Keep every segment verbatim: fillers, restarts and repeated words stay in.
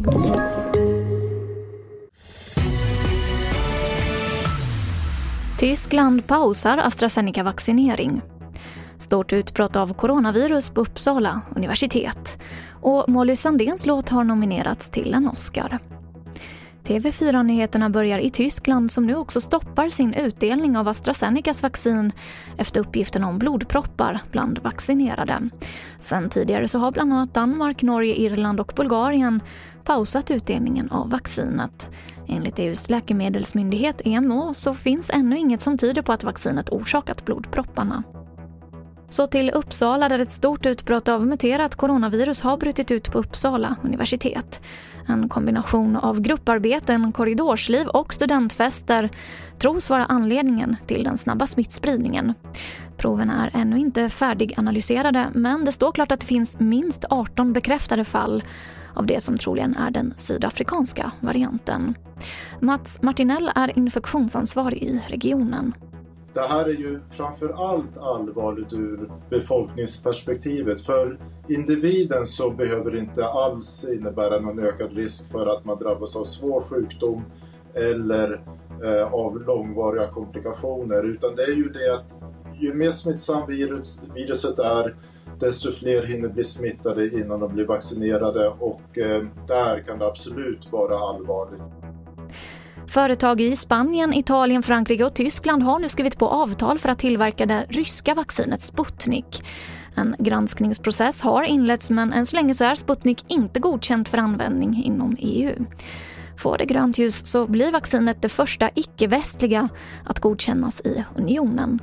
Tyskland pausar AstraZeneca-vaccinering. Stort utbrott av coronavirus på Uppsala universitet. Och Molly Sandéns låt har nominerats till en Oscar. T V fyra-nyheterna börjar i Tyskland som nu också stoppar sin utdelning av AstraZenecas vaccin efter uppgiften om blodproppar bland vaccinerade. Sen tidigare så har bland annat Danmark, Norge, Irland och Bulgarien pausat utdelningen av vaccinet. Enligt E U:s läkemedelsmyndighet E M A så finns ännu inget som tyder på att vaccinet orsakat blodpropparna. Så till Uppsala där ett stort utbrott av muterat coronavirus har brutit ut på Uppsala universitet. En kombination av grupparbeten, korridorsliv och studentfester tros vara anledningen till den snabba smittspridningen. Proverna är ännu inte färdiganalyserade men det står klart att det finns minst arton bekräftade fall av det som troligen är den sydafrikanska varianten. Mats Martinell är infektionsansvarig i regionen. Det här är ju framför allt allvarligt ur befolkningsperspektivet. För individen så behöver det inte alls innebära någon ökad risk för att man drabbas av svår sjukdom eller eh, av långvariga komplikationer. Utan det är ju det att ju mer smittsam virus, viruset är, desto fler hinner bli smittade innan de blir vaccinerade och eh, där kan det absolut vara allvarligt. Företag i Spanien, Italien, Frankrike och Tyskland har nu skrivit på avtal för att tillverka det ryska vaccinet Sputnik. En granskningsprocess har inletts men än så länge så är Sputnik inte godkänt för användning inom E U. Får det grönt ljus så blir vaccinet det första icke-västliga att godkännas i unionen.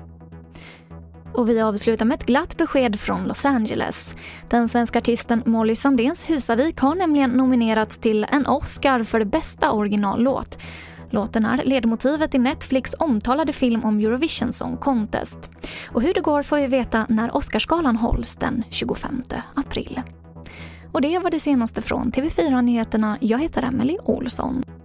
Och vi avslutar med ett glatt besked från Los Angeles. Den svenska artisten Molly Sandéns Husavik har nämligen nominerats till en Oscar för bästa originallåt. Låten är ledmotivet i Netflix omtalade film om Eurovision Song Contest. Och hur det går får vi veta när Oscarsgalan hålls den tjugofemte april. Och det var det senaste från T V fyra-nyheterna. Jag heter Emily Olsson.